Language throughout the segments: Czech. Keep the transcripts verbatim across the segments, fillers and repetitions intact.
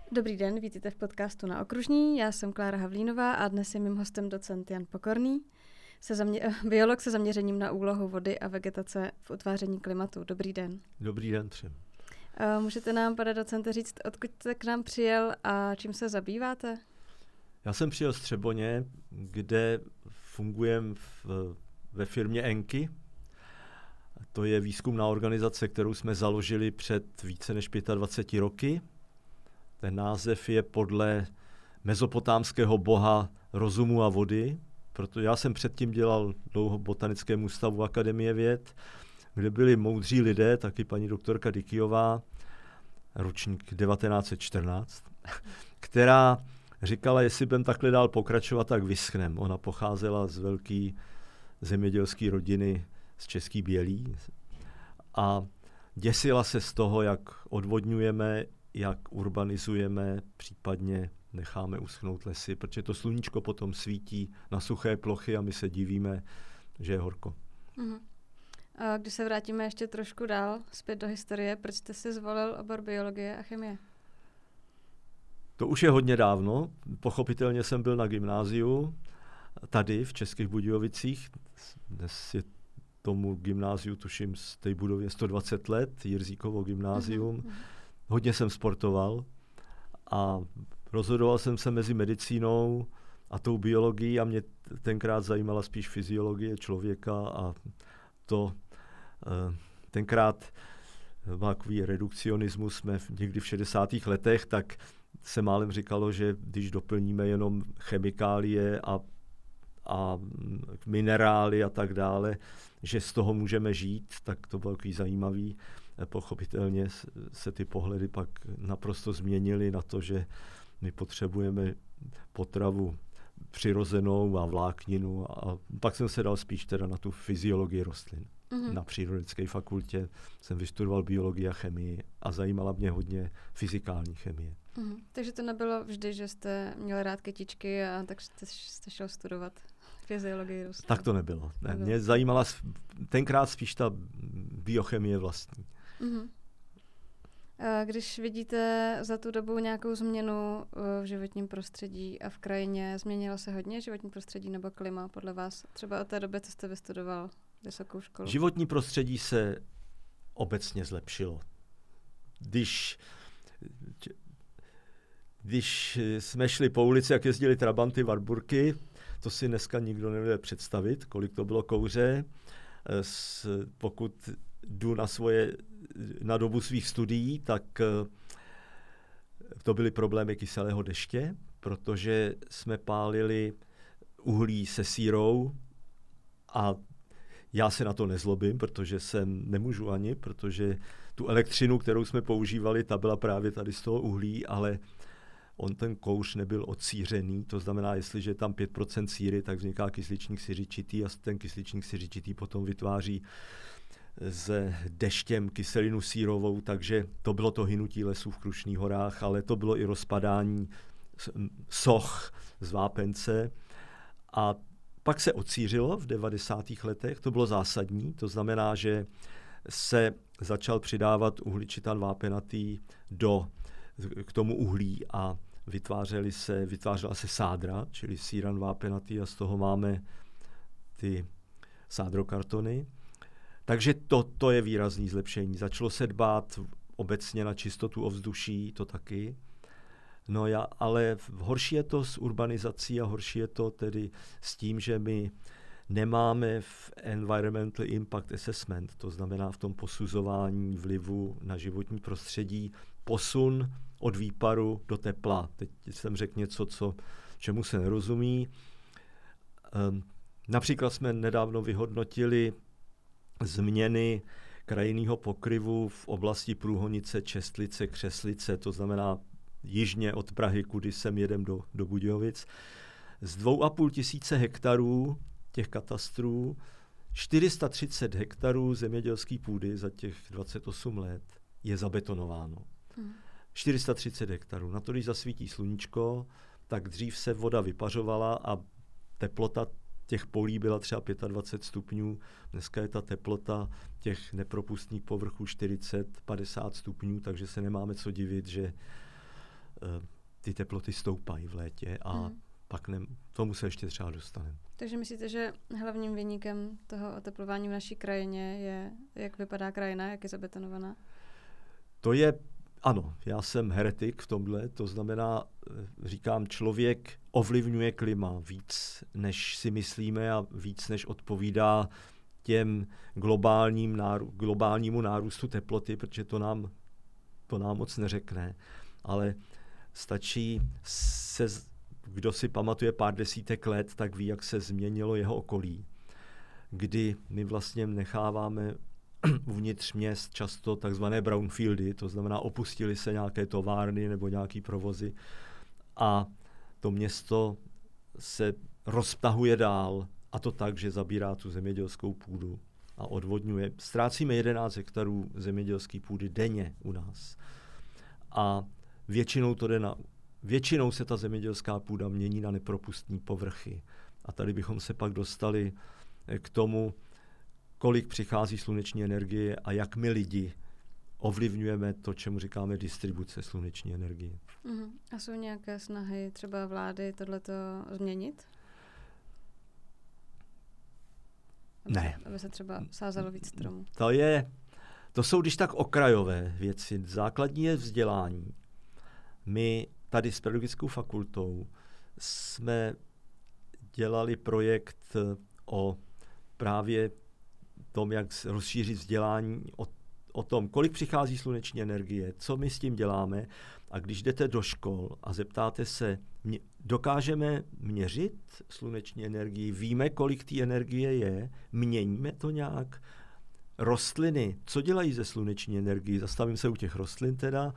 Dobrý den, vítejte v podcastu Na okružní. Já jsem Klára Havlínová a dnes je mým hostem docent Jan Pokorný, se zamě- biolog se zaměřením na úlohu vody a vegetace v utváření klimatu. Dobrý den. Dobrý den všem. Uh, můžete nám, pane docente, říct, odkud jste k nám přijel a čím se zabýváte? Já jsem přijel z Třeboně, kde fungujem v, ve firmě Enki. To je výzkumná organizace, kterou jsme založili před více než dvaceti pěti roky. Ten název je podle mezopotámského boha rozumu a vody, protože já jsem předtím dělal dlouho v Botanickém ústavu Akademie věd, kde byli moudří lidé, taky paní doktorka Dikijová, ročník devatenáct set čtrnáct, která říkala, jestli budeme takhle dál pokračovat, tak vyschnem. Ona pocházela z velké zemědělské rodiny z Český Bělí a děsila se z toho, jak odvodňujeme, jak urbanizujeme, případně necháme uschnout lesy, protože to sluníčko potom svítí na suché plochy a my se divíme, že je horko. Uh-huh. A když se vrátíme ještě trošku dál, zpět do historie, proč jste si zvolil obor biologie a chemie? To už je hodně dávno. Pochopitelně jsem byl na gymnáziu tady v Českých Budějovicích. Dnes je tomu gymnáziu, tuším, z té budově sto dvacet let, Jirzíkovo gymnázium. Uh-huh. Hodně jsem sportoval a rozhodoval jsem se mezi medicínou a tou biologií a mě tenkrát zajímala spíš fyziologie člověka a to tenkrát byl takový redukcionismus, jsme někdy v šedesátých letech, tak se málem říkalo, že když doplníme jenom chemikálie a, a minerály a tak dále, že z toho můžeme žít, tak to bylo takový zajímavý. Pochopitelně se ty pohledy pak naprosto změnily na to, že my potřebujeme potravu přirozenou a vlákninu a pak jsem se dal spíš teda na tu fyziologii rostlin. Mm-hmm. Na Přírodovědecké fakultě jsem vystudoval biologii a chemii a zajímala mě hodně fyzikální chemie. Mm-hmm. Takže to nebylo vždy, že jste měl rád kytičky a tak jste, jste šel studovat fyziologii rostlin? Tak to nebylo. Ne, mě zajímala tenkrát spíš ta biochemie vlastní. Mm-hmm. Když vidíte za tu dobu nějakou změnu v životním prostředí a v krajině, změnilo se hodně životní prostředí nebo klima podle vás? Třeba od té doby, co jste vystudoval vysokou školu. Životní prostředí se obecně zlepšilo. Když, když jsme šli po ulici, jak jezdili trabanty, Warburgy, to si dneska nikdo nevede představit, kolik to bylo kouře. S, pokud jdu na svoje na dobu svých studií, tak to byly problémy kyselého deště, protože jsme pálili uhlí se sírou a já se na to nezlobím, protože jsem nemůžu ani, protože tu elektřinu, kterou jsme používali, ta byla právě tady z toho uhlí, ale on ten kouř nebyl odsířený, to znamená, jestliže je tam pět procent síry, tak vzniká kysličník siřičitý a ten kysličník siřičitý potom vytváří s deštěm kyselinu sírovou, takže to bylo to hynutí lesů v Krušných horách, ale to bylo i rozpadání soch z vápence. A pak se odsířilo v devadesátých letech, to bylo zásadní, to znamená, že se začal přidávat uhličitan vápenatý do, k tomu uhlí a vytvářely se, vytvářela se sádra, čili síran vápenatý a z toho máme ty sádrokartony. Takže to, to je výrazný zlepšení. Začalo se dbát obecně na čistotu ovzduší, to taky. No já, ale horší je to s urbanizací a horší je to tedy s tím, že my nemáme v Environmental Impact Assessment, to znamená v tom posuzování vlivu na životní prostředí, posun od výparu do tepla. Teď jsem řekl něco, co, čemu se nerozumí. Um, například jsme nedávno vyhodnotili změny krajinného pokryvu v oblasti Průhonice, Čestlice, Křeslice, to znamená jižně od Prahy, kudy sem jedem do, do Budějovic. Z dvou a půl tisíce hektarů těch katastrů, čtyři sta třicet hektarů zemědělské půdy za těch dvacet osm let je zabetonováno. Hmm. čtyři sta třicet hektarů. Na to, když zasvítí sluníčko, tak dřív se voda vypařovala a teplota těch polí byla třeba dvacet pět stupňů. Dneska je ta teplota těch nepropustných povrchů čtyřicet padesát stupňů, takže se nemáme co divit, že ty teploty stoupají v létě a hmm. pak ne, tomu se ještě třeba dostaneme. Takže myslíte, že hlavním viníkem toho oteplování v naší krajině je, jak vypadá krajina, jak je zabetonovaná? To je, ano, já jsem heretik v tomhle, to znamená, říkám, člověk ovlivňuje klima víc, než si myslíme a víc, než odpovídá těm globálním náru, globálnímu nárůstu teploty, protože to nám, to nám moc neřekne. Ale stačí se, kdo si pamatuje pár desítek let, tak ví, jak se změnilo jeho okolí. Kdy my vlastně necháváme uvnitř měst často takzvané brownfieldy, to znamená opustili se nějaké továrny nebo nějaký provozy a to město se roztahuje dál a to tak, že zabírá tu zemědělskou půdu a odvodňuje. Ztrácíme jedenáct hektarů zemědělské půdy denně u nás. A většinou, to jde na, většinou se ta zemědělská půda mění na nepropustní povrchy. A tady bychom se pak dostali k tomu, kolik přichází sluneční energie a jak my lidi ovlivňujeme to, čemu říkáme distribuce sluneční energie. Uh-huh. A jsou nějaké snahy třeba vlády tohleto změnit? Aby ne. Se, aby se třeba sázelo víc stromů. To je, to jsou když tak okrajové věci. Základní je vzdělání. My tady s pedagogickou fakultou jsme dělali projekt o právě tom, jak rozšířit vzdělání o, o tom, kolik přichází sluneční energie, co my s tím děláme. A když jdete do škol a zeptáte se, mě, dokážeme měřit sluneční energii, víme, kolik té energie je, měníme to nějak. Rostliny, co dělají ze sluneční energií? Zastavím se u těch rostlin teda.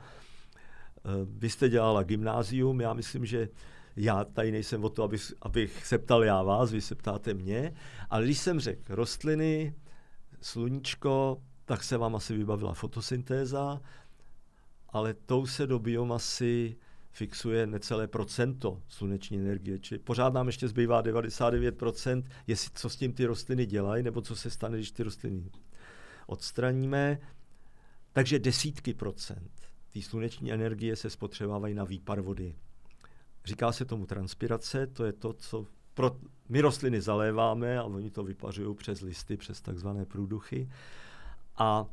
Vy jste dělala gymnázium, já myslím, že já tady nejsem o to, abych, abych se ptal já vás, vy se ptáte mě, ale když jsem řekl rostliny, sluníčko, tak se vám asi vybavila fotosyntéza, ale tou se do biomasy fixuje necelé procento sluneční energie, čili pořád nám ještě zbývá devadesát devět procent, jestli co s tím ty rostliny dělají, nebo co se stane, když ty rostliny odstraníme. Takže desítky procent té sluneční energie se spotřebávají na výpar vody. Říká se tomu transpirace, to je to, co pro, my rostliny zaléváme a oni to vypařují přes listy, přes takzvané průduchy. A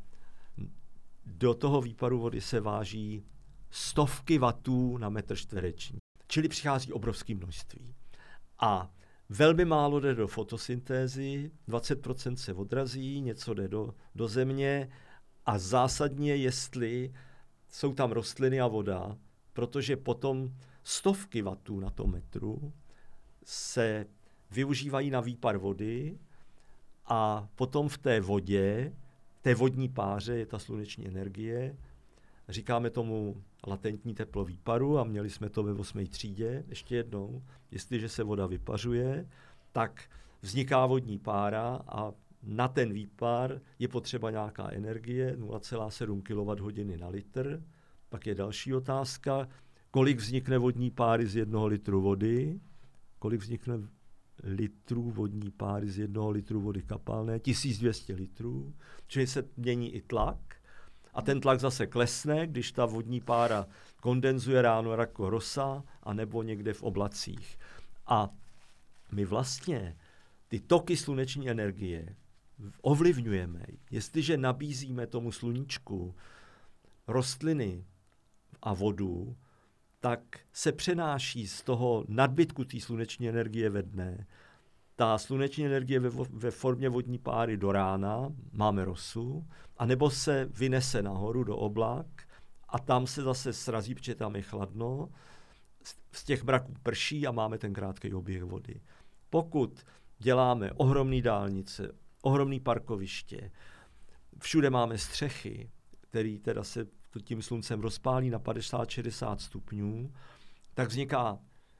do toho výparu vody se váží stovky wattů na metr čtvereční. Čili přichází obrovské množství. A velmi málo jde do fotosyntézy, dvacet procent se odrazí, něco jde do, do země a zásadně, jestli jsou tam rostliny a voda, protože potom stovky wattů na tom metru se využívají na výpar vody a potom v té vodě, té vodní páře je ta sluneční energie. Říkáme tomu latentní teplo výparu a měli jsme to ve osmé třídě. Ještě jednou, jestliže se voda vypařuje, tak vzniká vodní pára a na ten výpar je potřeba nějaká energie, nula celá sedm kilowatthodin na litr. Pak je další otázka, kolik vznikne vodní páry z jednoho litru vody, kolik vznikne litrů vodní páry z jednoho litru vody kapalné, tisíc dvě stě litrů, čili se mění i tlak a ten tlak zase klesne, když ta vodní pára kondenzuje ráno jako rosa a nebo někde v oblacích. A my vlastně ty toky sluneční energie ovlivňujeme, jestliže nabízíme tomu sluníčku rostliny a vodu, tak se přenáší z toho nadbytku té sluneční energie ve dne. Ta sluneční energie ve, ve formě vodní páry do rána, máme rosu, anebo se vynese nahoru do oblak a tam se zase srazí, protože tam je chladno, z těch mraků prší a máme ten krátký oběh vody. Pokud děláme ohromné dálnice, ohromné parkoviště, všude máme střechy, které teda se tím sluncem rozpálí na padesát šedesát stupňů, tak vzniká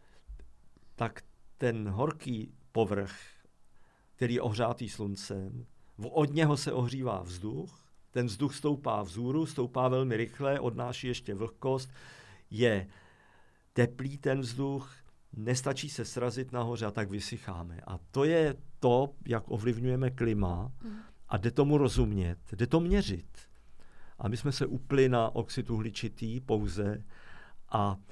tak ten horký povrch, který je ohřátý sluncem, od něho se ohřívá vzduch, ten vzduch stoupá vzhůru, stoupá velmi rychle, odnáší ještě vlhkost, je teplý ten vzduch, nestačí se srazit nahoře a tak vysycháme. A to je to, jak ovlivňujeme klima a jde tomu rozumět, jde to měřit. A my jsme se upli na oxid uhličitý pouze a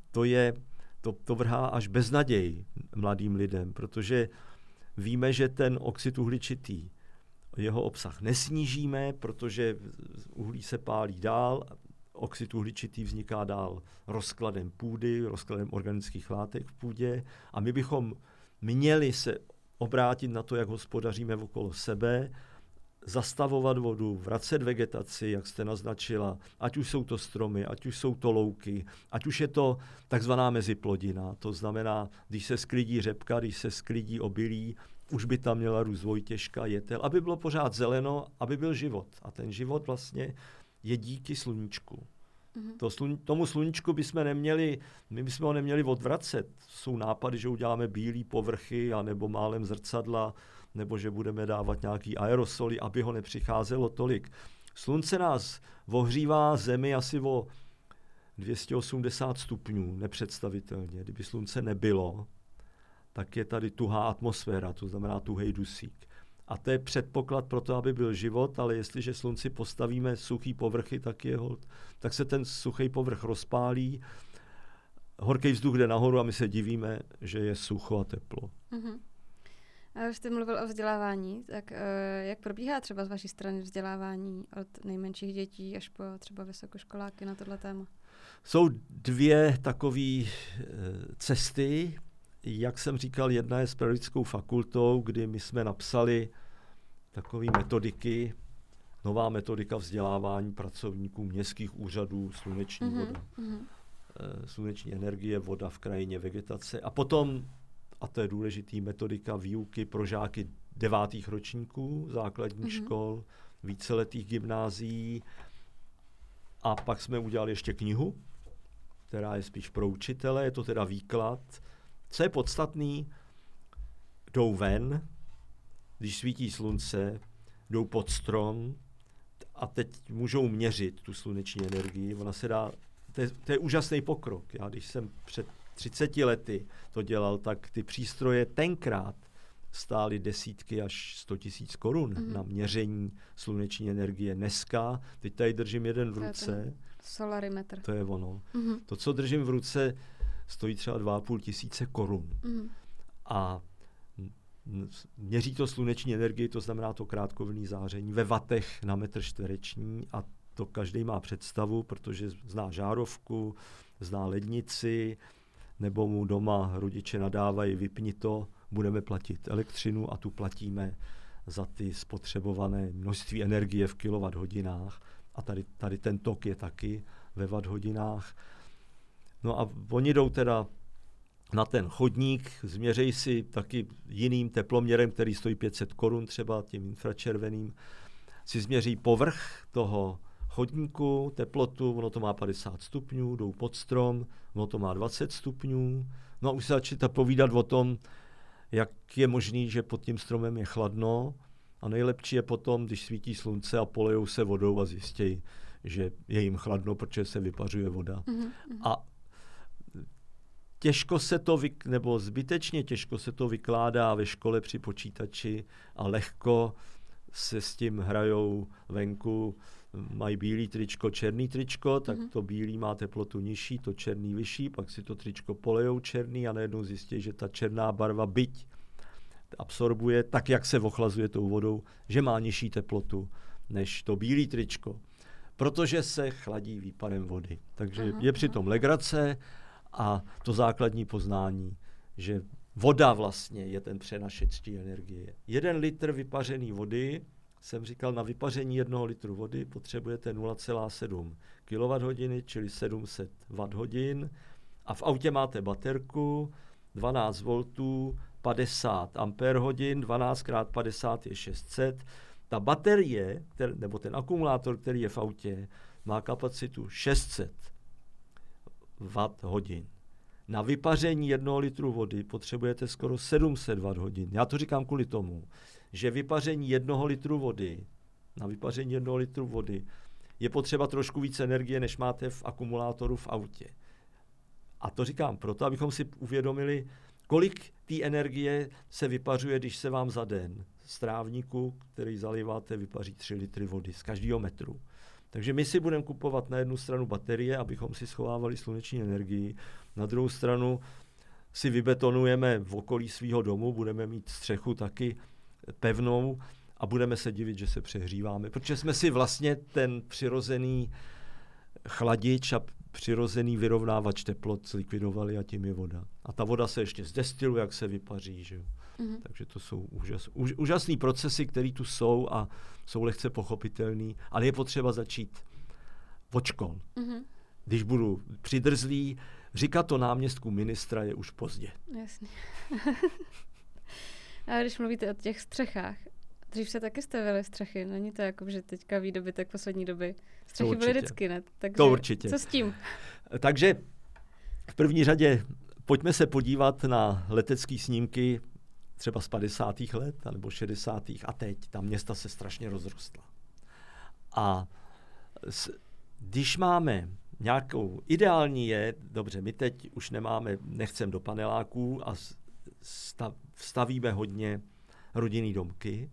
to je, to, to vrhá až beznaděj mladým lidem, protože víme, že ten oxid uhličitý, jeho obsah nesnížíme, protože uhlí se pálí dál, oxid uhličitý vzniká dál rozkladem půdy, rozkladem organických látek v půdě a my bychom měli se obrátit na to, jak hospodaříme okolo sebe, zastavovat vodu, vracet vegetaci, jak jste naznačila, ať už jsou to stromy, ať už jsou to louky, ať už je to takzvaná meziplodina, to znamená, když se sklidí řepka, když se sklidí obilí, už by tam měla růst vojtěžka, jetel, aby bylo pořád zeleno, aby byl život. A ten život vlastně je díky sluníčku. Mm-hmm. To slun, tomu sluníčku bychom neměli, my bychom ho neměli odvracet. Jsou nápady, že uděláme bílý povrchy, anebo málem zrcadla, nebo že budeme dávat nějaký aerosoly, aby ho nepřicházelo tolik. Slunce nás ohřívá zemi asi o dvě stě osmdesát stupňů, nepředstavitelně. Kdyby slunce nebylo, tak je tady tuhá atmosféra, to znamená tuhej dusík. A to je předpoklad pro to, aby byl život, ale jestliže slunci postavíme suchý povrchy, tak, je hold, tak se ten suchý povrch rozpálí, horký vzduch jde nahoru a my se divíme, že je sucho a teplo. Mm-hmm. A už jste mluvil o vzdělávání, tak uh, jak probíhá třeba z vaší strany vzdělávání od nejmenších dětí až po třeba vysokoškoláky na tohle téma? Jsou dvě takové uh, cesty. Jak jsem říkal, jedna je s pedagogickou fakultou, kdy my jsme napsali takové metodiky, nová metodika vzdělávání pracovníků městských úřadů, sluneční mm-hmm. voda, mm-hmm. Uh, sluneční energie, voda v krajině, vegetace. A potom, a to je důležitý, metodika výuky pro žáky devátých ročníků základních mm-hmm. škol, víceletých gymnázií. A pak jsme udělali ještě knihu, která je spíš pro učitele, je to teda výklad. Co je podstatný, jdou ven, když svítí slunce, jdou pod strom a teď můžou měřit tu sluneční energii. Ona se dá, to je, to je úžasný pokrok. Já když jsem před třiceti lety to dělal, tak ty přístroje tenkrát stály desítky až sto tisíc korun mm-hmm. na měření sluneční energie. Dneska, teď tady držím jeden v ruce. Solarimetr. To je ono. Mm-hmm. To, co držím v ruce, stojí třeba dva a půl tisíce korun. Mm. A měří to sluneční energii, to znamená to krátkovlnné záření ve vatech na metr čtvereční a to každý má představu, protože zná žárovku, zná lednici, nebo mu doma rodiče nadávají, vypni to, budeme platit elektřinu a tu platíme za ty spotřebované množství energie v kilowatthodinách. A tady, tady ten tok je taky ve watthodinách. No a oni jdou teda na ten chodník, změřejí si taky jiným teploměrem, který stojí pět set korun, třeba tím infračerveným, si změří povrch toho chodníku, teplotu, ono to má padesát stupňů, jdou pod strom, ono to má dvacet stupňů. No a už se začíná povídat o tom, jak je možný, že pod tím stromem je chladno a nejlepší je potom, když svítí slunce a polejou se vodou a zjistějí, že je jim chladno, protože se vypařuje voda. Mm-hmm. A těžko se to, vyk- nebo zbytečně těžko se to vykládá ve škole při počítači a lehko se s tím hrajou venku, mají bílý tričko, černý tričko, tak mm-hmm. to bílý má teplotu nižší, to černý vyšší, pak si to tričko polejou černý a najednou zjistí, že ta černá barva byť absorbuje tak, jak se ochlazuje tou vodou, že má nižší teplotu než to bílý tričko, protože se chladí výparem vody. Takže aha, je přitom legrace a to základní poznání, že voda vlastně je ten přenašeč té energie. Jeden litr vypařený vody, jsem říkal, na vypaření jednoho litru vody potřebujete nula celá sedm kilowatthodiny, čili sedm set watthodin a v autě máte baterku dvanáct voltů, padesát ampérhodin, dvanáct krát padesát je šest set. Ta baterie, který, nebo ten akumulátor, který je v autě, má kapacitu šest set watthodin. Na vypaření jednoho litru vody potřebujete skoro sedm set watthodin. Já to říkám kvůli tomu, že vypaření jednoho litru vody, na vypaření jednoho litru vody je potřeba trošku víc energie, než máte v akumulátoru v autě. A to říkám proto, abychom si uvědomili, kolik té energie se vypařuje, když se vám za den z trávníku, který zaliváte, vypaří tři litry vody z každého metru. Takže my si budeme kupovat na jednu stranu baterie, abychom si schovávali sluneční energii, na druhou stranu si vybetonujeme v okolí svého domu, budeme mít střechu taky pevnou a budeme se divit, že se přehříváme, protože jsme si vlastně ten přirozený chladič a přirozený vyrovnávač teplot zlikvidovali a tím je voda. A ta voda se ještě zdestiluje, jak se vypaří. Že? Mm-hmm. Takže to jsou úžas, úž, úžasný procesy, které tu jsou a jsou lehce pochopitelný, ale je potřeba začít od škol. Mm-hmm. Když budu přidrzlý, říkat to náměstku ministra je už pozdě. Jasně. A když mluvíte o těch střechách, dřív se taky stavěly střechy, není to jako, že teďka výdobytek poslední doby. Střechy byly vždycky, ne? Takže to určitě. Co s tím? Takže v první řadě pojďme se podívat na letecké snímky třeba z padesátých let nebo šedesátých a teď. Ta města se strašně rozrostla. A s, když máme nějakou, ideální je, dobře, my teď už nemáme, nechcem do paneláků a stav, stavíme hodně rodinný domky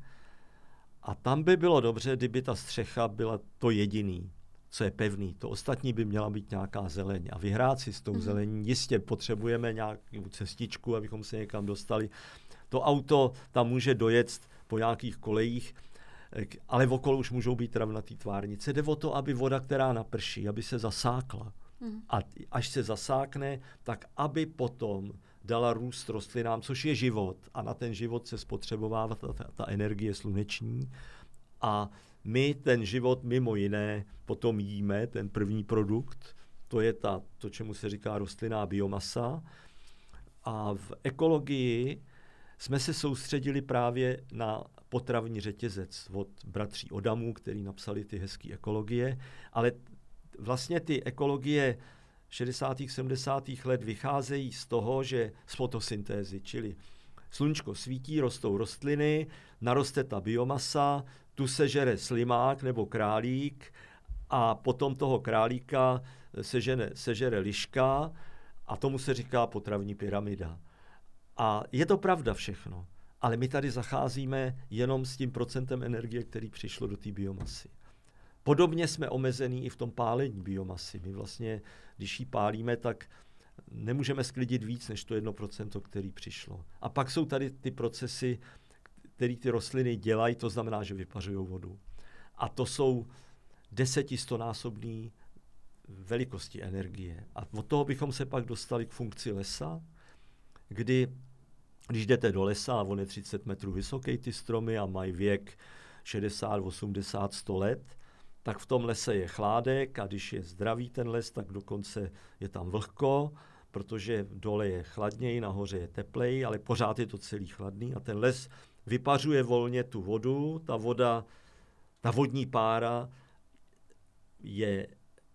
a tam by bylo dobře, kdyby ta střecha byla to jediný, co je pevný. To ostatní by měla být nějaká zeleň a vyhrát si s tou mm-hmm. zelení. Jistě potřebujeme nějakou cestičku, abychom se někam dostali. To auto tam může dojet po nějakých kolejích, ale v okolo už můžou být travnatý tvárnice. Jde o to, aby voda, která naprší, aby se zasákla. Mm. A až se zasákne, tak aby potom dala růst rostlinám, což je život. A na ten život se spotřebovává ta, ta, ta energie sluneční. A my ten život mimo jiné potom jíme, ten první produkt, to je ta, to, čemu se říká rostlinná biomasa. A v ekologii jsme se soustředili právě na potravní řetězec od bratří Odamů, který napsali ty hezké ekologie, ale vlastně ty ekologie šedesátých sedmdesátých let vycházejí z toho, že z fotosyntézy, čili sluníčko svítí, rostou rostliny, naroste ta biomasa, tu sežere slimák nebo králík a potom toho králíka sežene, sežere liška a tomu se říká potravní pyramida. A je to pravda všechno, ale my tady zacházíme jenom s tím procentem energie, který přišlo do té biomasy. Podobně jsme omezení i v tom pálení biomasy. My vlastně, když ji pálíme, tak nemůžeme sklidit víc než to jedno procento, který přišlo. A pak jsou tady ty procesy, které ty rostliny dělají, to znamená, že vypařují vodu. A to jsou desetistonásobné velikosti energie. A od toho bychom se pak dostali k funkci lesa, kdy, když jdete do lesa a on je třicet metrů vysoký ty stromy a mají věk šedesát, osmdesát, sto let, tak v tom lese je chládek a když je zdravý ten les, tak dokonce je tam vlhko, protože dole je chladněji, nahoře je tepleji, ale pořád je to celý chladný a ten les vypařuje volně tu vodu, ta voda, ta vodní pára je,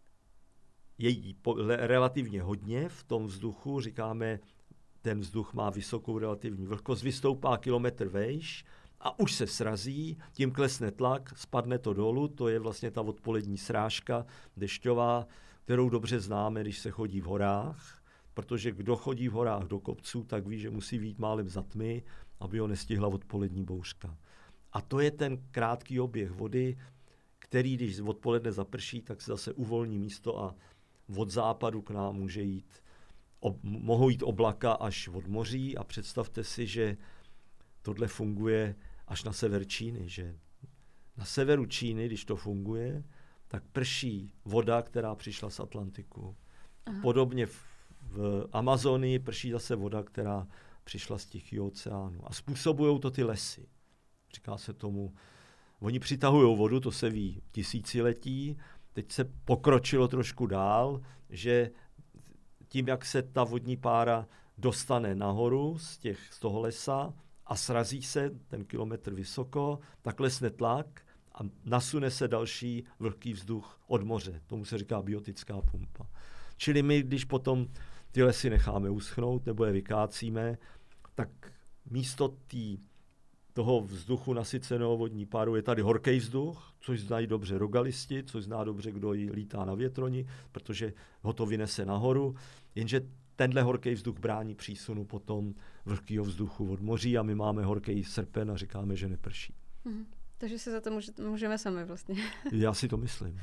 je jí po, le, relativně hodně v tom vzduchu, říkáme, ten vzduch má vysokou relativní vlhkost, vystoupá kilometr vejš a už se srazí, tím klesne tlak, spadne to dolů, to je vlastně ta odpolední srážka dešťová, kterou dobře známe, když se chodí v horách, protože kdo chodí v horách do kopců, tak ví, že musí vyjít málem za tmy, aby ho nestihla odpolední bouřka. A to je ten krátký oběh vody, který, když odpoledne zaprší, tak se zase uvolní místo a od západu k nám může jít, ob, mohou jít oblaka až od moří a představte si, že tohle funguje až na sever Číny, že na severu Číny, když to funguje, tak prší voda, která přišla z Atlantiku. Aha. Podobně v, v Amazonii prší zase voda, která přišla z Tichého oceánu. A způsobují to ty lesy. Říká se tomu, oni přitahují vodu, to se ví tisíciletí, teď se pokročilo trošku dál, že tím, jak se ta vodní pára dostane nahoru z, těch, z toho lesa a srazí se ten kilometr vysoko, tak klesne tlak a nasune se další vlhký vzduch od moře. Tomu se říká biotická pumpa. Čili my, když potom ty lesy necháme uschnout nebo je vykácíme, tak místo tý, toho vzduchu nasyceného vodní páru je tady horký vzduch, což znají dobře rogalisti, což zná dobře, kdo jí lítá na větroni, protože ho to vynese nahoru, jenže tenhle horký vzduch brání přísunu potom vlhkého vzduchu od moří a my máme horký srpen a říkáme, že neprší. Mhm. Takže si za to může, můžeme sami vlastně. Já si to myslím. No.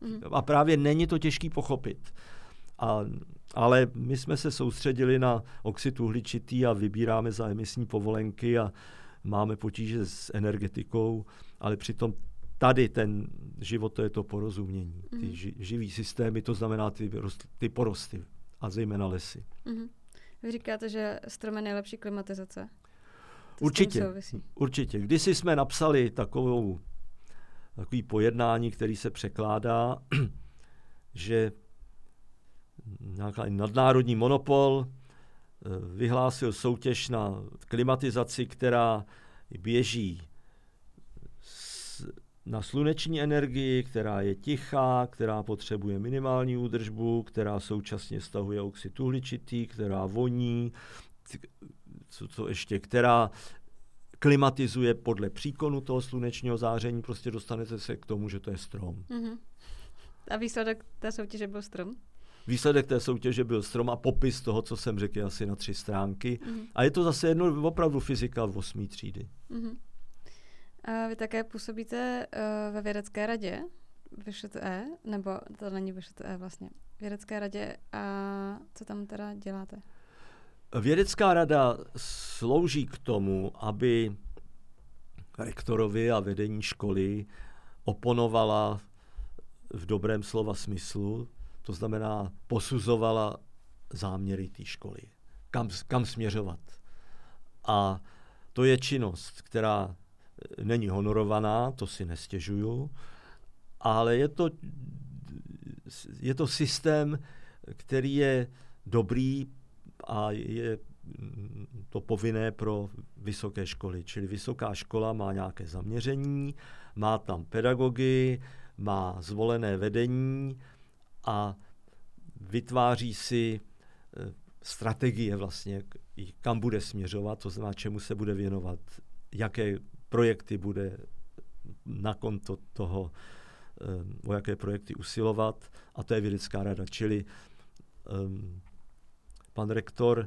Mm. A právě není to těžký pochopit. A, ale my jsme se soustředili na oxid uhličitý a vybíráme za emisní povolenky a máme potíže s energetikou, ale přitom tady ten život, to je to porozumění. Ty Mm. ži, živý systémy, to znamená ty, ty porosty a zejména lesy. Mm. Vy říkáte, že strom je nejlepší klimatizace? To Určitě, určitě. Kdysi jsme napsali takovou, takový pojednání, který se překládá, že nějaký nadnárodní monopol vyhlásil soutěž na klimatizaci, která běží na sluneční energii, která je tichá, která potřebuje minimální údržbu, která současně stahuje oxid uhličitý, která voní, co, co ještě, která klimatizuje podle příkonu toho slunečního záření, prostě dostanete se k tomu, že to je strom. Mm-hmm. A výsledek té soutěže byl strom? Výsledek té soutěže byl strom a popis toho, co jsem řekl, je asi na tři stránky. Mm-hmm. A je to zase jedno opravdu fyzika v osmý třídy. Mm-hmm. A vy také působíte uh, ve vědecké radě VŠTE, nebo to není VŠTE vlastně, vědecké radě, a co tam teda děláte? Vědecká rada slouží k tomu, aby rektorovi a vedení školy oponovala v dobrém slova smyslu, to znamená posuzovala záměry té školy, kam, kam směřovat. A to je činnost, která není honorovaná, to si nestěžuju, ale je to, je to systém, který je dobrý a je to povinné pro vysoké školy. Čili vysoká škola má nějaké zaměření, má tam pedagogy, má zvolené vedení a vytváří si strategie vlastně, kam bude směřovat, to znamená, čemu se bude věnovat, jaké projekty bude na konto toho, o jaké projekty usilovat, a to je vědecká rada. Čili um, pan rektor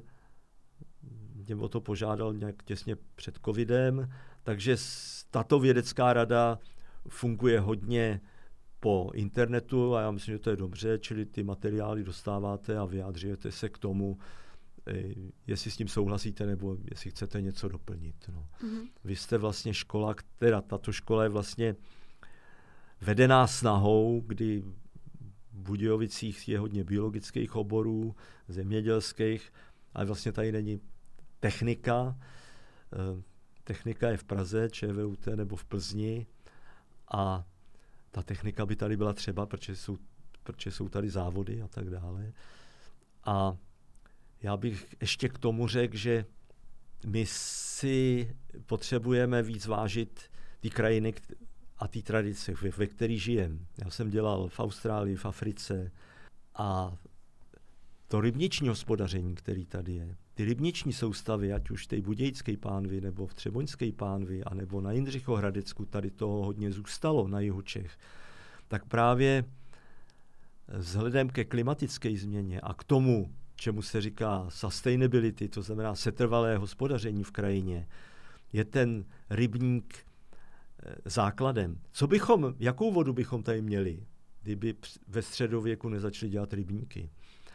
mě o to požádal nějak těsně před covidem, takže tato vědecká rada funguje hodně po internetu a já myslím, že to je dobře, čili ty materiály dostáváte a vyjádřujete se k tomu, jestli s tím souhlasíte nebo jestli chcete něco doplnit. No. Mm-hmm. Vy jste vlastně škola, která, tato škola je vlastně vedená snahou, kdy v Budějovicích je hodně biologických oborů, zemědělských, ale vlastně tady není technika. Technika je v Praze, ČVUT nebo v Plzni a ta technika by tady byla třeba, protože jsou, protože jsou tady závody a tak dále. A já bych ještě k tomu řekl, že my si potřebujeme víc vážit ty krajiny a ty tradice, ve, ve kterých žijeme. Já jsem dělal v Austrálii, v Africe a to rybniční hospodaření, který tady je, ty rybniční soustavy, ať už v té Budějické pánvi, nebo v Třeboňské pánvi, anebo na Jindřichohradecku, tady toho hodně zůstalo na jihu Čech, tak právě vzhledem ke klimatické změně a k tomu, čemu se říká sustainability, to znamená setrvalé hospodaření v krajině, je ten rybník základem. Co bychom, jakou vodu bychom tady měli, kdyby ve středověku nezačali dělat rybníky?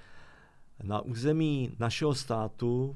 Na území našeho státu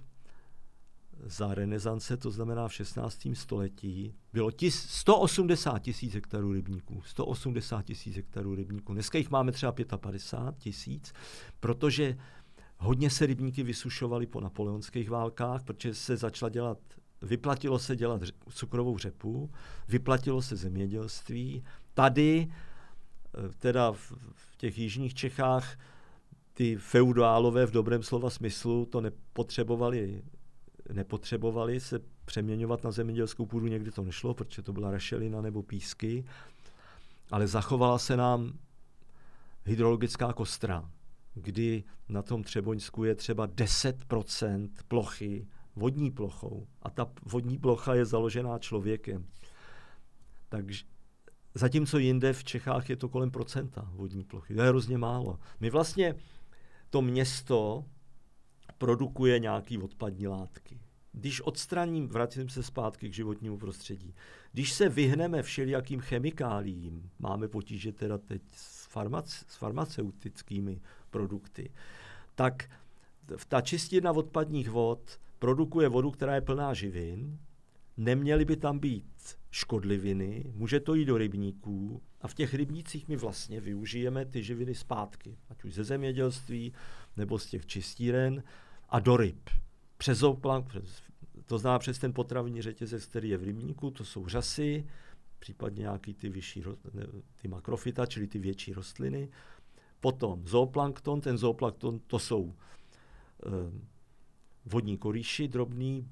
za renesance, to znamená v šestnáctém století, bylo tis, sto osmdesát tisíc hektarů rybníků. sto osmdesát tisíc hektarů rybníků. Dneska jich máme třeba padesát pět tisíc, protože hodně se rybníky vysušovaly po napoleonských válkách, protože se začala dělat, vyplatilo se dělat cukrovou řepu, vyplatilo se zemědělství. Tady, teda v, v těch jižních Čechách, ty feudálové v dobrém slova smyslu to nepotřebovali, nepotřebovali se přeměňovat na zemědělskou půdu, někdy to nešlo, protože to byla rašelina nebo písky, ale zachovala se nám hydrologická kostra, kdy na tom Třeboňsku je třeba deset procent plochy vodní plochou a ta vodní plocha je založená člověkem. Takže zatímco jinde v Čechách je to kolem procenta vodní plochy. To je hrozně málo. My vlastně to město produkuje nějaký odpadní látky. když odstraním, vrátím se zpátky k životnímu prostředí, když se vyhneme všelijakým chemikáliím, máme potíže teda teď s, farmac- s farmaceutickými produkty, tak ta čistírna odpadních vod produkuje vodu, která je plná živin, neměly by tam být škodliviny, může to jít do rybníků a v těch rybnících my vlastně využijeme ty živiny zpátky, ať už ze zemědělství nebo z těch čistíren a do ryb. Přes zooplank, to znamená přes ten potravní řetězec, který je v rybníku, to jsou řasy, případně nějaký ty vyšší, ty makrofyta, čili ty větší rostliny. Potom zooplankton, ten zooplankton, to jsou eh, vodní korýši, drobný,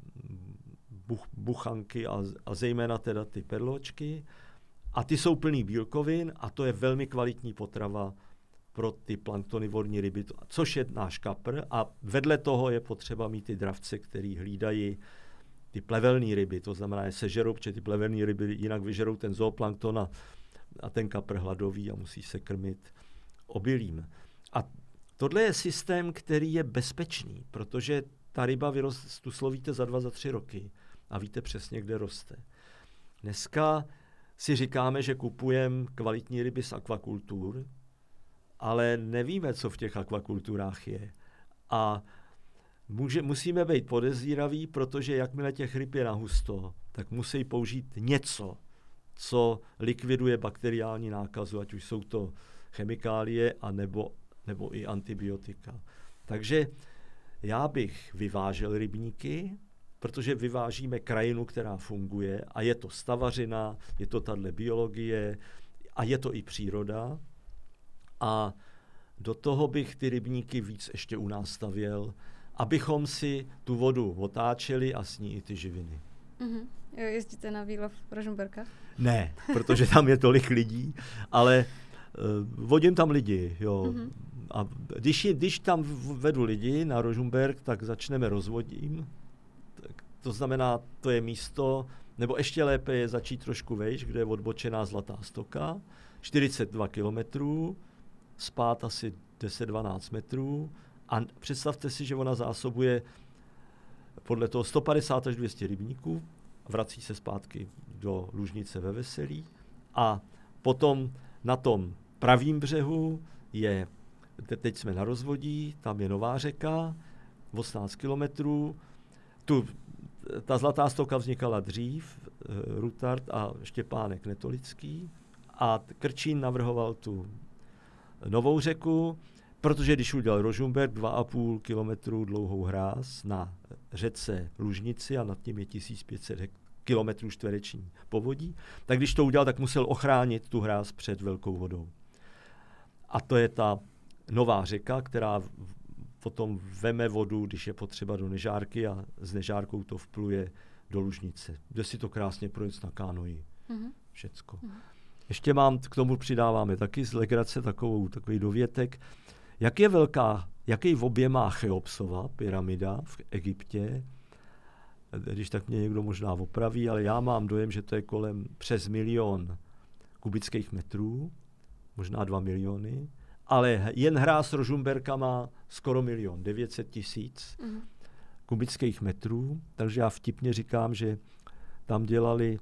buch, buchanky a, a zejména teda ty perločky. A ty jsou plný bílkovin a to je velmi kvalitní potrava pro ty planktony vodní ryby, což je náš kapr. A vedle toho je potřeba mít ty dravce, který hlídají ty plevelné ryby, to znamená, že sežerou, protože ty plevelné ryby jinak vyžerou ten zooplankton a, a ten kapr hladový a musí se krmit obilím. A tohle je systém, který je bezpečný, protože ta ryba vyrost, tu slovíte za dva, za tři roky a víte přesně, kde roste. Dneska si říkáme, že kupujeme kvalitní ryby z akvakultur, ale nevíme, co v těch akvakulturách je. A může, musíme být podezíraví, protože jakmile těch ryb je nahusto, tak musí použít něco, co likviduje bakteriální nákazu, ať už jsou to chemikálie a nebo, nebo i antibiotika. Takže já bych vyvážel rybníky, protože vyvážíme krajinu, která funguje a je to stavařina, je to tahle biologie a je to i příroda. A do toho bych ty rybníky víc ještě u nás stavěl, abychom si tu vodu otáčeli a s ní i ty živiny. Mm-hmm. Jo, jezdíte na výlov v Rožmberkách? Ne, protože tam je tolik lidí, ale uh, vodím tam lidi, jo. Mm-hmm. A když, je, když tam vedu lidi na Rožmberk, tak začneme rozvodím. Tak to znamená, to je místo, nebo ještě lépe je začít trošku vejš, kde je odbočená Zlatá stoka, čtyřicet dva kilometrů, spát asi deset dvanáct metrů a představte si, že ona zásobuje podle toho sto padesát až dvě stě rybníků, vrací se zpátky do Lužnice ve Veselí a potom na tom pravým břehu je, teď jsme na rozvodí, tam je Nová řeka, osmnáct kilometrů, tu, ta Zlatá stoka vznikala dřív, Rutard a Štěpánek Netolický a Krčín navrhoval tu Novou řeku, protože když udělal Rožmberk dva a půl kilometru dlouhou hráz na řece Lužnici a nad tím je tisíc pět set kilometrů čtvereční povodí, tak když to udělal, tak musel ochránit tu hráz před velkou vodou. A to je ta Nová řeka, která potom veme vodu, když je potřeba do Nežárky a s Nežárkou to vpluje do Lužnice. Jde si to krásně projet na kánoji. Mm-hmm. Všecko. Mm-hmm. Ještě mám, k tomu přidáváme taky z legrace takovou, takový dovětek. Jak je velká, jaký v objem má Cheopsova pyramida v Egyptě? Když tak mě někdo možná opraví, ale já mám dojem, že to je kolem přes milion kubických metrů, možná dva miliony, ale jen hráz Rožmberka má skoro milion, devět set tisíc mm. kubických metrů, takže já vtipně říkám, že tam dělali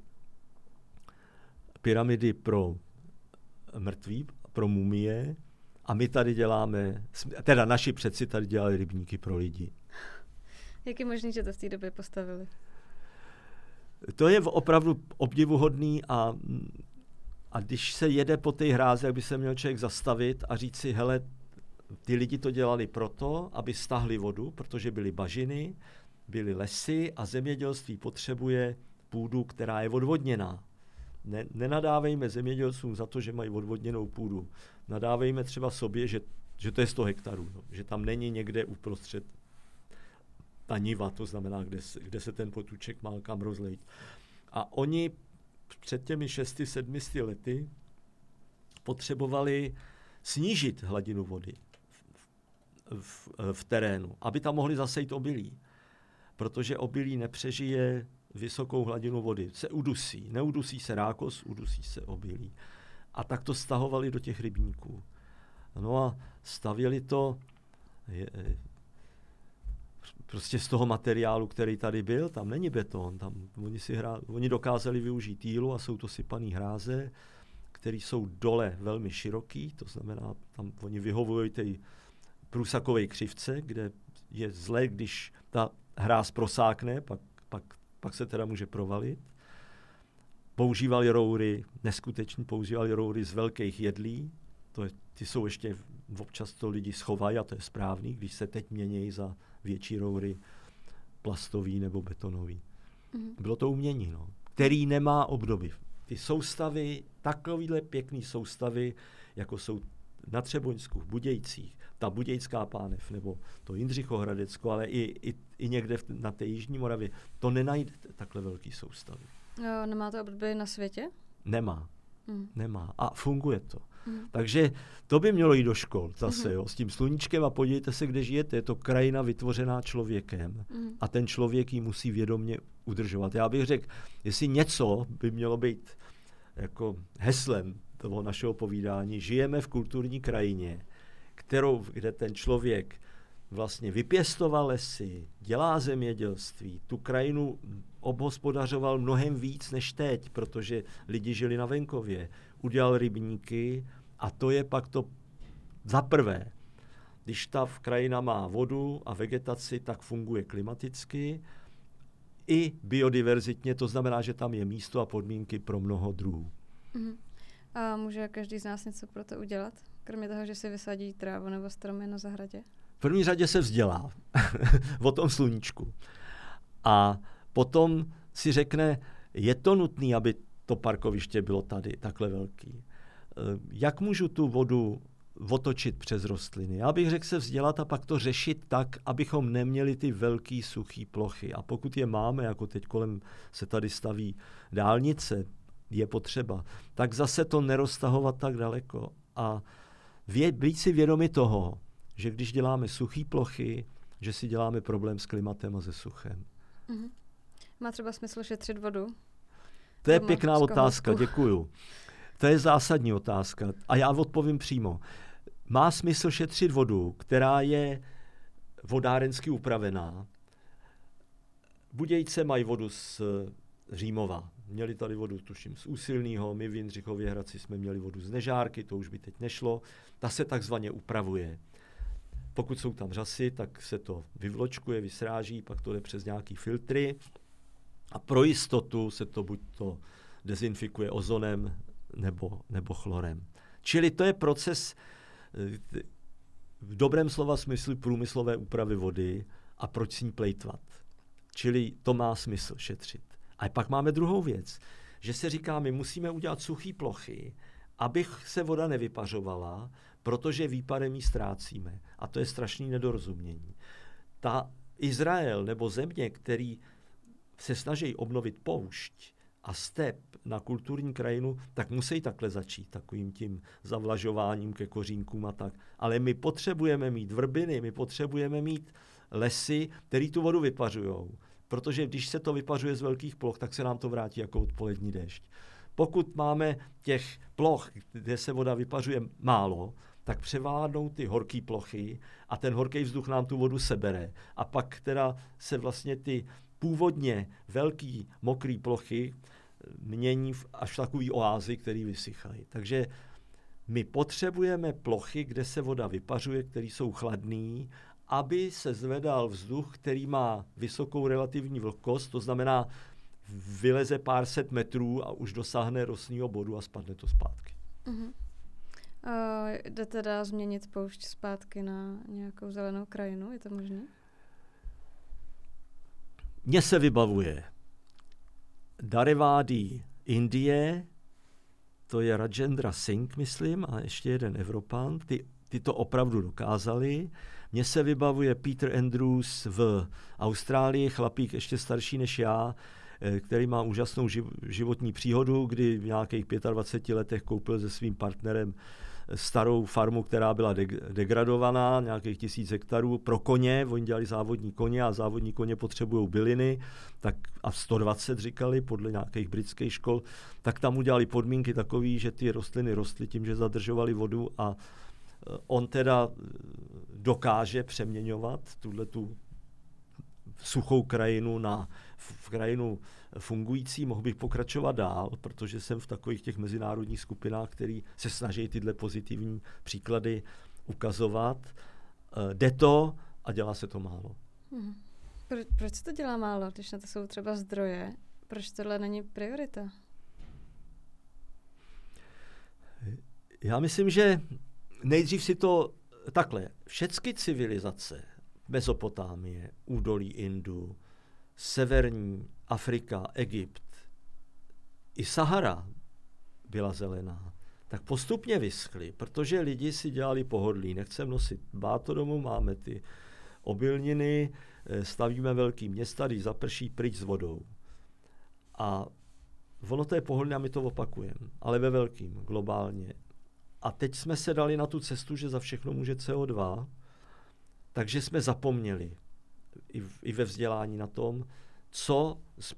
pyramidy pro mrtví, pro mumie a my tady děláme, teda naši předci tady dělali rybníky pro lidi. Jak je možné, že to v té době postavili? To je opravdu obdivuhodný a, a když se jede po té hrázi, jak by se měl člověk zastavit a říct si, hele, ty lidi to dělali proto, aby stahli vodu, protože byly bažiny, byly lesy a zemědělství potřebuje půdu, která je odvodněná. Ne, nenadávejme zemědělcům za to, že mají odvodněnou půdu. Nadávejme třeba sobě, že, že to je sto hektarů, no, že tam není někde uprostřed ta niva, to znamená, kde se, kde se ten potůček má kam rozlejt. A oni před těmi šesti, sedmisti lety potřebovali snížit hladinu vody v, v, v terénu, aby tam mohli zasejt obilí. Protože obilí nepřežije vysokou hladinu vody. Se udusí. Neudusí se rákos, udusí se obilí. A tak to stahovali do těch rybníků. No a stavěli to je, prostě z toho materiálu, který tady byl, tam není beton, tam oni, si hrá, oni dokázali využít jílu a jsou to sypaný hráze, které jsou dole velmi široký, to znamená, tam oni vyhovují té průsakové křivce, kde je zle, když ta hráz prosákne, pak, pak, pak se teda může provalit. Používali roury, neskutečně používali roury z velkých jedlí, to je, ty jsou ještě, občas to lidi schovají a to je správný, když se teď mění za větší roury plastový nebo betonový. Mm. Bylo to umění, no, který nemá obdoby. Ty soustavy, takovýhle pěkný soustavy, jako jsou na Třeboňsku, v Budějcích, ta Budějská pánev, nebo to Jindřichohradecko, ale i, i, i někde v, na té Jižní Moravě, to nenajdete takhle velký soustavy. Jo, nemá to období na světě? Nemá. Mm. Nemá. A funguje to. Mm. Takže to by mělo jít do škol zase, mm. jo, s tím sluníčkem a podívejte se, kde žijete. Je to krajina vytvořená člověkem mm. a ten člověk ji musí vědomě udržovat. Já bych řekl, jestli něco by mělo být jako heslem toho našeho povídání, žijeme v kulturní krajině, kterou, kde ten člověk vlastně vypěstoval lesy, dělá zemědělství, tu krajinu obhospodařoval mnohem víc než teď, protože lidi žili na venkově, udělal rybníky a to je pak to za prvé. Když ta krajina má vodu a vegetaci, tak funguje klimaticky i biodiverzitně, to znamená, že tam je místo a podmínky pro mnoho druhů. Uh-huh. A může každý z nás něco pro to udělat? Kromě toho, že si vysadí trávu nebo stromy na zahradě? V první řadě se vzdělá o tom sluníčku. A potom si řekne, je to nutné, aby to parkoviště bylo tady takhle velký. Jak můžu tu vodu otočit přes rostliny? Já bych řekl se vzdělat a pak to řešit tak, abychom neměli ty velký suchý plochy. A pokud je máme, jako teď kolem se tady staví dálnice, je potřeba, tak zase to neroztahovat tak daleko. A vě, být si vědomi toho, že když děláme suchý plochy, že si děláme problém s klimatem a se suchem. Mm-hmm. Má třeba smysl šetřit vodu? To je pěkná otázka, děkuju. To je zásadní otázka a já odpovím přímo. Má smysl šetřit vodu, která je vodárensky upravená. Budějce mají vodu z Římova. Měli tady vodu, tuším, z Úsilného, my v Jindřichově Hradci jsme měli vodu z Nežárky, to už by teď nešlo. Ta se takzvaně upravuje. Pokud jsou tam řasy, tak se to vyvločkuje, vysráží, pak to jde přes nějaký filtry a pro jistotu se to buď to dezinfikuje ozonem nebo, nebo chlorem. Čili to je proces v dobrém slova smyslu průmyslové úpravy vody a proč s ní plejtvat. Čili to má smysl šetřit. A pak máme druhou věc, že se říká, my musíme udělat suchý plochy, aby se voda nevypařovala, protože výparem ji ztrácíme. A to je strašný nedorozumění. Ta Izrael nebo země, který se snaží obnovit poušť a step na kulturní krajinu, tak musí takhle začít, takovým tím zavlažováním ke kořínkům a tak. Ale my potřebujeme mít vrbiny, my potřebujeme mít lesy, který tu vodu vypařujou. Protože když se to vypařuje z velkých ploch, tak se nám to vrátí jako odpolední déšť. Pokud máme těch ploch, kde se voda vypařuje málo, tak převládnou ty horké plochy a ten horký vzduch nám tu vodu sebere. A pak teda se vlastně ty původně velký mokrý plochy mění až v takový oázy, který vysychají. Takže my potřebujeme plochy, kde se voda vypařuje, které jsou chladné, aby se zvedal vzduch, který má vysokou relativní vlhkost, to znamená, vyleze pár set metrů a už dosáhne rostního bodu a spadne to zpátky. Uh-huh. Uh, jde teda změnit poušť zpátky na nějakou zelenou krajinu? Je to možné? Mně se vybavuje Darevády Indie, to je Rajendra Singh, myslím, a ještě jeden Evropan, ty, ty to opravdu dokázali. Mně se vybavuje Peter Andrews v Austrálii, chlapík ještě starší než já, který má úžasnou životní příhodu, kdy v nějakých dvaceti pěti letech koupil se svým partnerem starou farmu, která byla degradovaná, nějakých tisíc hektarů pro koně. Oni dělali závodní koně a závodní koně potřebují byliny, tak a sto dvacet říkali podle nějakých britských škol, tak tam udělali podmínky takové, že ty rostliny rostly tím, že zadržovaly vodu a on teda dokáže přeměňovat tuhletu suchou krajinu na v krajinu fungující. Mohl bych pokračovat dál, protože jsem v takových těch mezinárodních skupinách, který se snaží tyhle pozitivní příklady ukazovat. Jde to a dělá se to málo. Hmm. Pro, proč se to dělá málo, když na to jsou třeba zdroje? Proč tohle není priorita? Já myslím, že nejdřív si to takhle. Všechny civilizace, Mezopotámie, údolí Indu, severní Afrika, Egypt, i Sahara byla zelená, tak postupně vyschly, protože lidi si dělali pohodlí. Nechceme nosit báto domů, máme ty obilniny, stavíme velký města, když zaprší, pryč s vodou. A ono to je pohodlné a my to opakujeme, ale ve velkým, globálně. A teď jsme se dali na tu cestu, že za všechno může C O dva, takže jsme zapomněli i, v, i ve vzdělání na tom, co,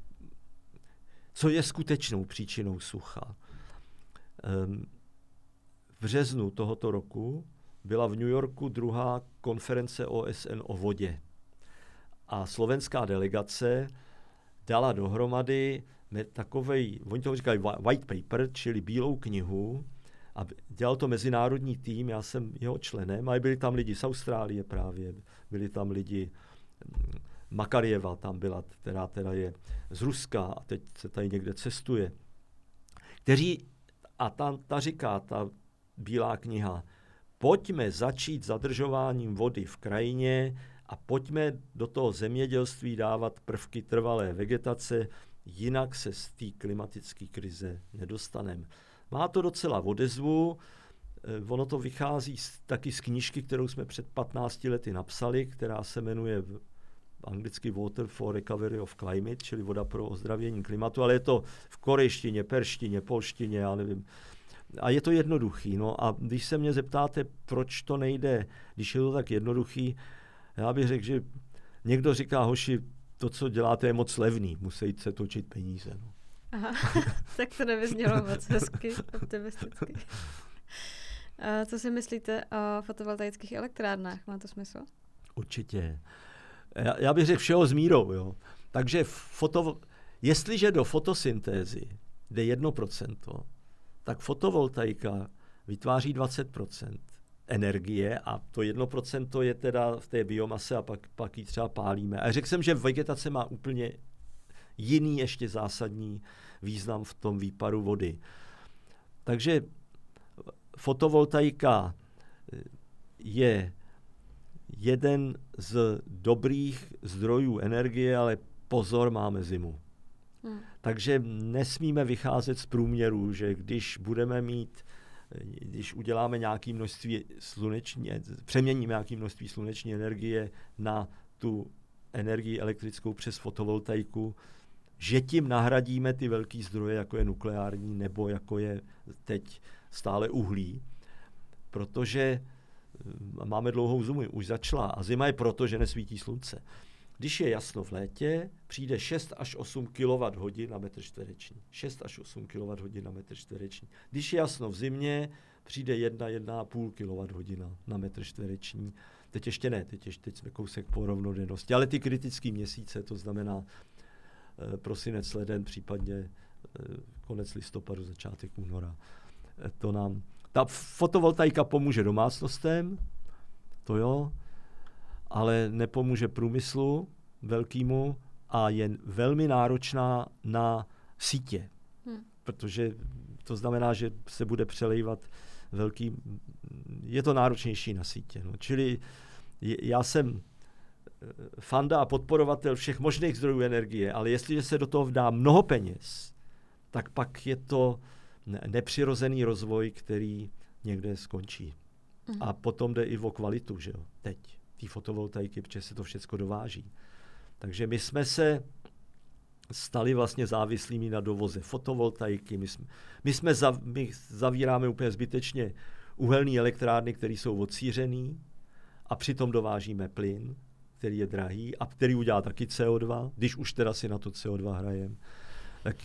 co je skutečnou příčinou sucha. Um, v březnu tohoto roku byla v New Yorku druhá konference O S N o vodě. A slovenská delegace dala dohromady takovej, oni tomu říkají white paper, čili bílou knihu, a dělal to mezinárodní tým, já jsem jeho členem, a byli tam lidi z Austrálie právě, byli tam lidi, Makarjeva tam byla, která teda je z Ruska a teď se tady někde cestuje, kteří, a ta, ta říká, ta bílá kniha, pojďme začít zadržováním vody v krajině a pojďme do toho zemědělství dávat prvky trvalé vegetace, jinak se z té klimatické krize nedostaneme. Má to docela odezvu, ono to vychází z, taky z knížky, kterou jsme před patnácti lety napsali, která se jmenuje anglicky Water for Recovery of Climate, čili voda pro ozdravění klimatu, ale je to v korejštině, perštině, polštině, já nevím. A je to jednoduchý. No a když se mě zeptáte, proč to nejde, když je to tak jednoduchý, já bych řekl, že někdo říká, hoši, to, co děláte, je moc levný, musí se točit peníze. No. Aha, tak to nevyznělo moc hezky, optimisticky. A co si myslíte o fotovoltaických elektrárnách? Má to smysl? Určitě. Já, já bych řekl všeho s mírou. Jo. Takže foto, jestliže do fotosyntézy jde jedno procento, tak fotovoltaika vytváří dvacet procent energie a to jedno procento je teda v té biomase a pak, pak ji třeba pálíme. A řekl jsem, že vegetace má úplně jiný ještě zásadní význam v tom výparu vody. Takže fotovoltaika je jeden z dobrých zdrojů energie, ale pozor, máme zimu. Hmm. Takže nesmíme vycházet z průměru, že když budeme mít, když uděláme nějaké množství sluneční, přeměníme nějaké množství sluneční energie na tu energii elektrickou přes fotovoltaiku, že tím nahradíme ty velké zdroje, jako je nukleární nebo jako je teď stále uhlí, protože máme dlouhou zimu, už začala a zima je proto, že nesvítí slunce. Když je jasno v létě, přijde šest až osm kilowatthodin na metr čtvereční. šest až osm kilowatthodin na metr čtvereční. Když je jasno v zimě, přijde jedna až jedna a půl kilowatthodina na metr čtvereční. Teď ještě ne, teď, ještě, teď jsme kousek po rovnodennosti, ale ty kritické měsíce, to znamená eh, prosinec, leden, případně eh, konec listopadu, začátek února. Eh, to nám, ta fotovoltaika pomůže domácnostem, to jo, ale nepomůže průmyslu velkému a je velmi náročná na sítě, hmm. protože to znamená, že se bude přelejvat velký, je to náročnější na sítě. No. Čili já jsem fanda a podporovatel všech možných zdrojů energie, ale jestliže se do toho vdá mnoho peněz, tak pak je to nepřirozený rozvoj, který někde skončí. Hmm. A potom jde i o kvalitu, že jo, teď. Té fotovoltaiky, protože se to všechno dováží. Takže my jsme se stali vlastně závislými na dovoze fotovoltaiky. My jsme, my jsme zav, my zavíráme úplně zbytečně uhelné elektrárny, které jsou odsířený a přitom dovážíme plyn, který je drahý a který udělá taky C O dva, když už teda si na to C O dva hrajeme. Tak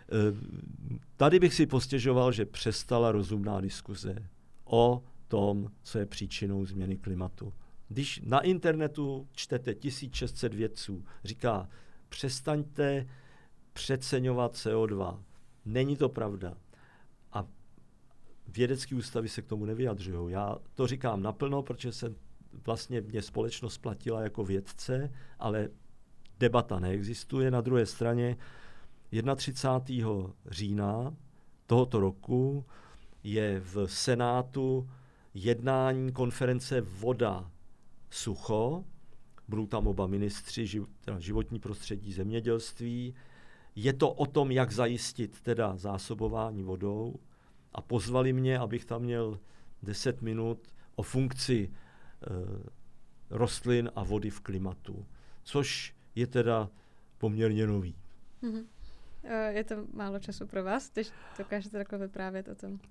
tady bych si postěžoval, že přestala rozumná diskuze o tom, co je příčinou změny klimatu. Když na internetu čtete tisíc šest set vědců, říká, přestaňte přeceňovat C O dva. Není to pravda. A vědecké ústavy se k tomu nevyjadřují. Já to říkám naplno, protože jsem vlastně mě společnost platila jako vědce, ale debata neexistuje. Na druhé straně třicátého prvního října tohoto roku je v Senátu jednání konference Voda sucho. Budou tam oba ministři, živ, teda životní prostředí, zemědělství. Je to o tom, jak zajistit teda zásobování vodou. A pozvali mě, abych tam měl deset minut o funkci e, rostlin a vody v klimatu. Což je teda poměrně nový. Mm-hmm. Je to málo času pro vás, když dokážete takhle vyprávět o tom?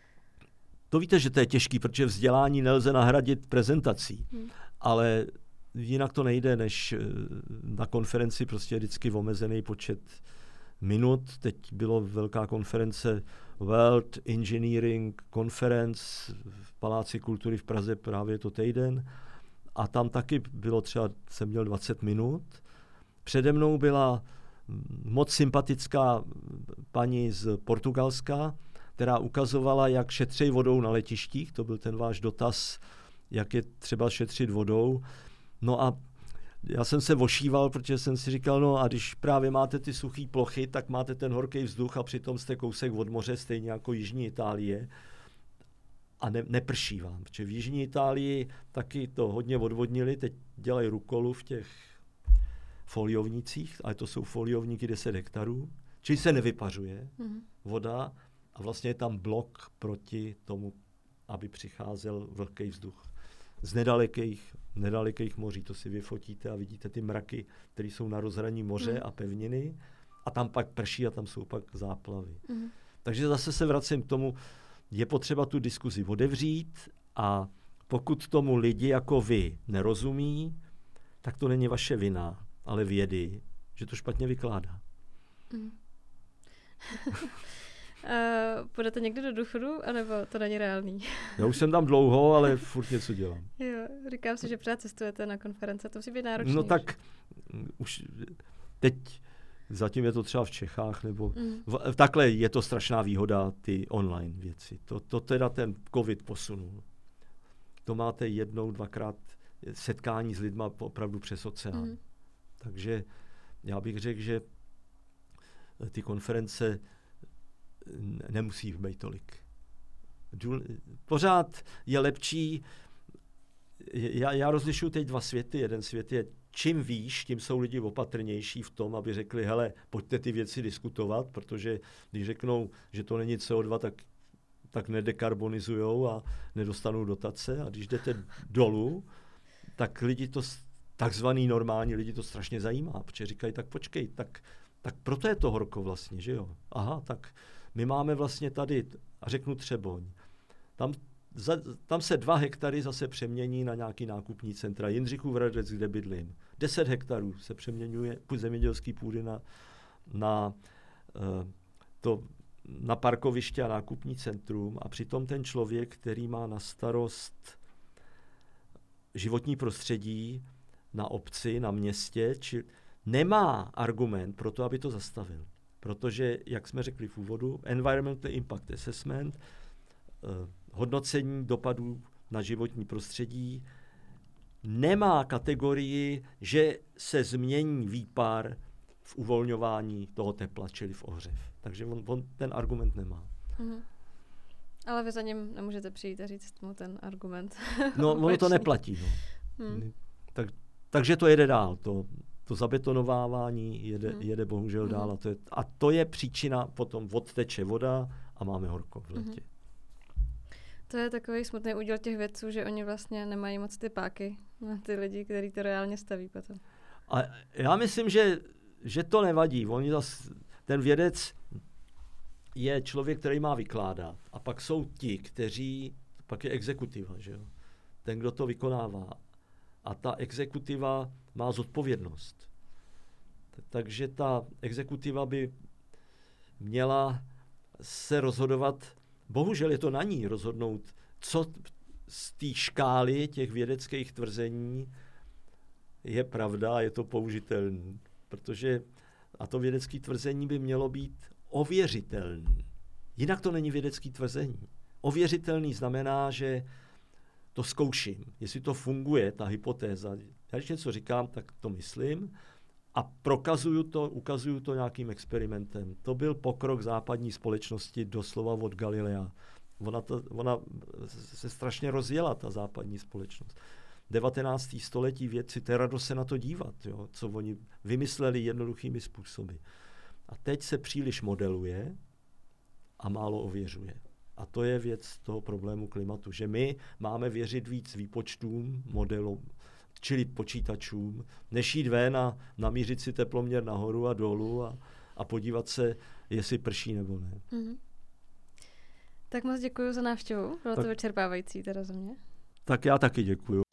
To víte, že to je těžký, protože vzdělání nelze nahradit prezentací. Hmm. Ale jinak to nejde, než na konferenci prostě vždycky omezený počet minut. Teď bylo velká konference World Engineering Conference v Paláci kultury v Praze, právě to týden. A tam taky bylo třeba, jsem měl dvacet minut. Přede mnou byla moc sympatická paní z Portugalska, která ukazovala, jak šetří vodou na letištích. To byl ten váš dotaz, jak je třeba šetřit vodou. No a já jsem se vošíval, protože jsem si říkal, no a když právě máte ty suché plochy, tak máte ten horký vzduch a přitom jste kousek od moře, stejně jako Jižní Itálie. A ne, neprší vám, protože v Jižní Itálii taky to hodně odvodnili, teď dělají rukolu v těch foliovnicích, ale to jsou foliovníky deset hektarů, čili se nevypařuje mm-hmm. voda a vlastně je tam blok proti tomu, aby přicházel vlhký vzduch. Z nedalekých, nedalekých moří, to si vyfotíte a vidíte ty mraky, které jsou na rozhraní moře mm. a pevniny a tam pak prší a tam jsou pak záplavy. Mm. Takže zase se vracím k tomu, je potřeba tu diskuzi otevřít a pokud tomu lidi jako vy nerozumí, tak to není vaše vina, ale vědy, že to špatně vykládá. Mm. Uh, půjdete někdy do důchodu, anebo to není reálný? Já už jsem tam dlouho, ale furt něco dělám. Jo, říkám si, že pořád cestujete na konference, to musí být náročný. No tak už teď zatím je to třeba v Čechách, nebo mm. v, takhle je to strašná výhoda, ty online věci. To, to teda ten covid posunul. To máte jednou, dvakrát setkání s lidma opravdu přes oceán. Mm. Takže já bych řekl, že ty konference nemusí jich být tolik. Pořád je lepší, já, já rozlišuji teď dva světy. Jeden svět je, čím výš, tím jsou lidi opatrnější v tom, aby řekli, hele, pojďte ty věci diskutovat, protože když řeknou, že to není C O dva, tak, tak nedekarbonizujou a nedostanou dotace. A když jdete dolů, tak lidi to, takzvaný normální lidi to strašně zajímá, protože říkají, tak počkej, tak, tak proto je to horko vlastně, že jo? Aha, tak my máme vlastně tady, a řeknu Třeboň, tam, za, tam se dva hektary zase přemění na nějaký nákupní centra. Jindřichův Hradec, kde bydlím. Deset hektarů se přeměňuje zemědělský půdy na, na, uh, to, na parkoviště a nákupní centrum. A přitom ten člověk, který má na starost životní prostředí na obci, na městě, či nemá argument pro to, aby to zastavil. Protože, jak jsme řekli v úvodu, Environmental Impact Assessment, eh, hodnocení dopadů na životní prostředí, nemá kategorii, že se změní výpar v uvolňování toho tepla, čili v ohřev. Takže on, on ten argument nemá. Mhm. Ale vy za ním nemůžete přijít a říct mu ten argument. No, ono to neplatí. No. Hmm. Tak, takže to jede dál. To, to zabetonovávání jede, hmm. jede bohužel hmm. dál. A to, je, a to je příčina, potom odteče voda a máme horko v letě. Hmm. To je takový smutný úděl těch vědců, že oni vlastně nemají moc ty páky na ty lidi, kteří to reálně staví potom. A já myslím, že, že to nevadí. Oni zas, ten vědec je člověk, který má vykládat. A pak jsou ti, kteří, pak je exekutiva, že jo? Ten, kdo to vykonává. A ta exekutiva má zodpovědnost. Takže ta exekutiva by měla se rozhodovat, bohužel je to na ní rozhodnout, co z té škály těch vědeckých tvrzení je pravda, je to použitelný. Protože a to vědecké tvrzení by mělo být ověřitelný. Jinak to není vědecké tvrzení. Ověřitelný znamená, že to zkouším, jestli to funguje, ta hypotéza. Já když něco říkám, tak to myslím a prokazuju to, ukazuju to nějakým experimentem. To byl pokrok západní společnosti doslova od Galilea. Ona, to, ona se strašně rozjela, ta západní společnost. devatenáctého století vědci, to je radost se na to dívat, jo, co oni vymysleli jednoduchými způsoby. A teď se příliš modeluje a málo ověřuje. A to je věc toho problému klimatu, že my máme věřit víc výpočtům, modelům, čili počítačům, než jít ven a namířit si teploměr nahoru a dolů a, a podívat se, jestli prší nebo ne. Mm-hmm. Tak moc děkuji za návštěvu, bylo tak, to vyčerpávající teda za mě. Tak já taky děkuju.